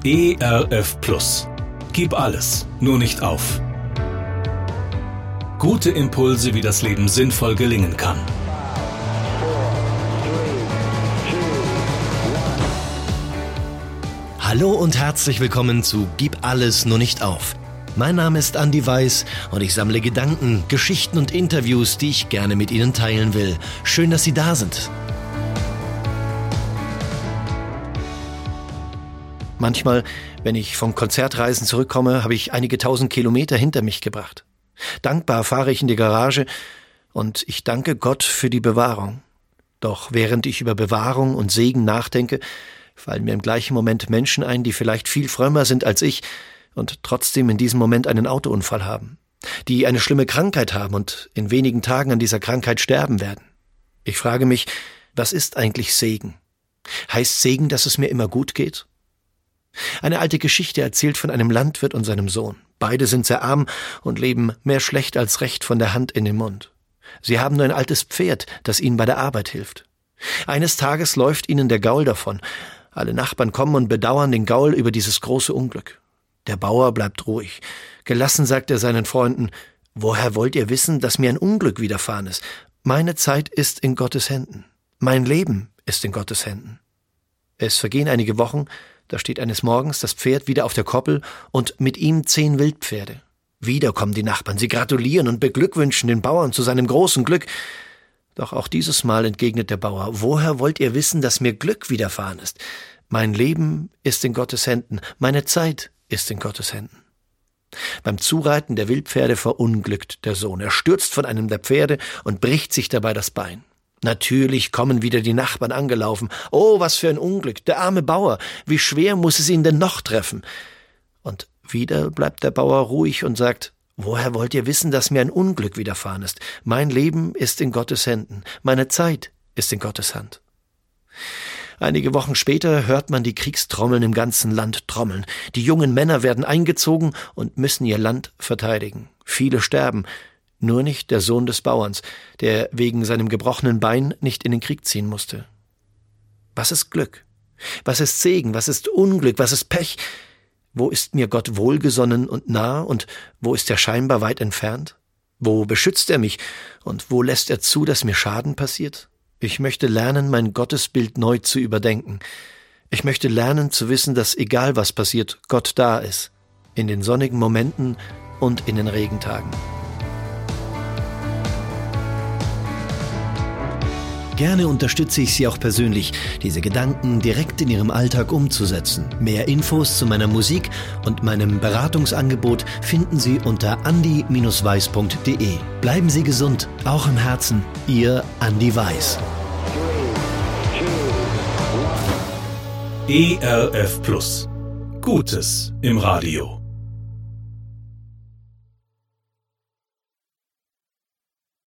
ERF Plus. Gib alles, nur nicht auf. Gute Impulse, wie das Leben sinnvoll gelingen kann. Hallo und herzlich willkommen zu Gib alles, nur nicht auf. Mein Name ist Andi Weiß und ich sammle Gedanken, Geschichten und Interviews, die ich gerne mit Ihnen teilen will. Schön, dass Sie da sind. Manchmal, wenn ich von Konzertreisen zurückkomme, habe ich einige tausend Kilometer hinter mich gebracht. Dankbar fahre ich in die Garage und ich danke Gott für die Bewahrung. Doch während ich über Bewahrung und Segen nachdenke, fallen mir im gleichen Moment Menschen ein, die vielleicht viel frömmer sind als ich und trotzdem in diesem Moment einen Autounfall haben, die eine schlimme Krankheit haben und in wenigen Tagen an dieser Krankheit sterben werden. Ich frage mich, was ist eigentlich Segen? Heißt Segen, dass es mir immer gut geht? Eine alte Geschichte erzählt von einem Landwirt und seinem Sohn. Beide sind sehr arm und leben mehr schlecht als recht von der Hand in den Mund. Sie haben nur ein altes Pferd, das ihnen bei der Arbeit hilft. Eines Tages läuft ihnen der Gaul davon. Alle Nachbarn kommen und bedauern den Gaul über dieses große Unglück. Der Bauer bleibt ruhig. Gelassen sagt er seinen Freunden: Woher wollt ihr wissen, dass mir ein Unglück widerfahren ist? Meine Zeit ist in Gottes Händen. Mein Leben ist in Gottes Händen. Es vergehen einige Wochen. Da steht eines Morgens das Pferd wieder auf der Koppel und mit ihm 10 Wildpferde. Wieder kommen die Nachbarn, sie gratulieren und beglückwünschen den Bauern zu seinem großen Glück. Doch auch dieses Mal entgegnet der Bauer: Woher wollt ihr wissen, dass mir Glück widerfahren ist? Mein Leben ist in Gottes Händen, meine Zeit ist in Gottes Händen. Beim Zureiten der Wildpferde verunglückt der Sohn. Er stürzt von einem der Pferde und bricht sich dabei das Bein. Natürlich kommen wieder die Nachbarn angelaufen. Oh, was für ein Unglück, der arme Bauer, wie schwer muss es ihn denn noch treffen? Und wieder bleibt der Bauer ruhig und sagt: Woher wollt ihr wissen, dass mir ein Unglück widerfahren ist? Mein Leben ist in Gottes Händen, meine Zeit ist in Gottes Hand. Einige Wochen später hört man die Kriegstrommeln im ganzen Land trommeln. Die jungen Männer werden eingezogen und müssen ihr Land verteidigen. Viele sterben. Nur nicht der Sohn des Bauerns, der wegen seinem gebrochenen Bein nicht in den Krieg ziehen musste. Was ist Glück? Was ist Segen? Was ist Unglück? Was ist Pech? Wo ist mir Gott wohlgesonnen und nah und wo ist er scheinbar weit entfernt? Wo beschützt er mich und wo lässt er zu, dass mir Schaden passiert? Ich möchte lernen, mein Gottesbild neu zu überdenken. Ich möchte lernen zu wissen, dass egal was passiert, Gott da ist. In den sonnigen Momenten und in den Regentagen. Gerne unterstütze ich Sie auch persönlich, diese Gedanken direkt in Ihrem Alltag umzusetzen. Mehr Infos zu meiner Musik und meinem Beratungsangebot finden Sie unter andi-weiß.de. Bleiben Sie gesund, auch im Herzen. Ihr Andi Weiß. ERF Plus. Gutes im Radio.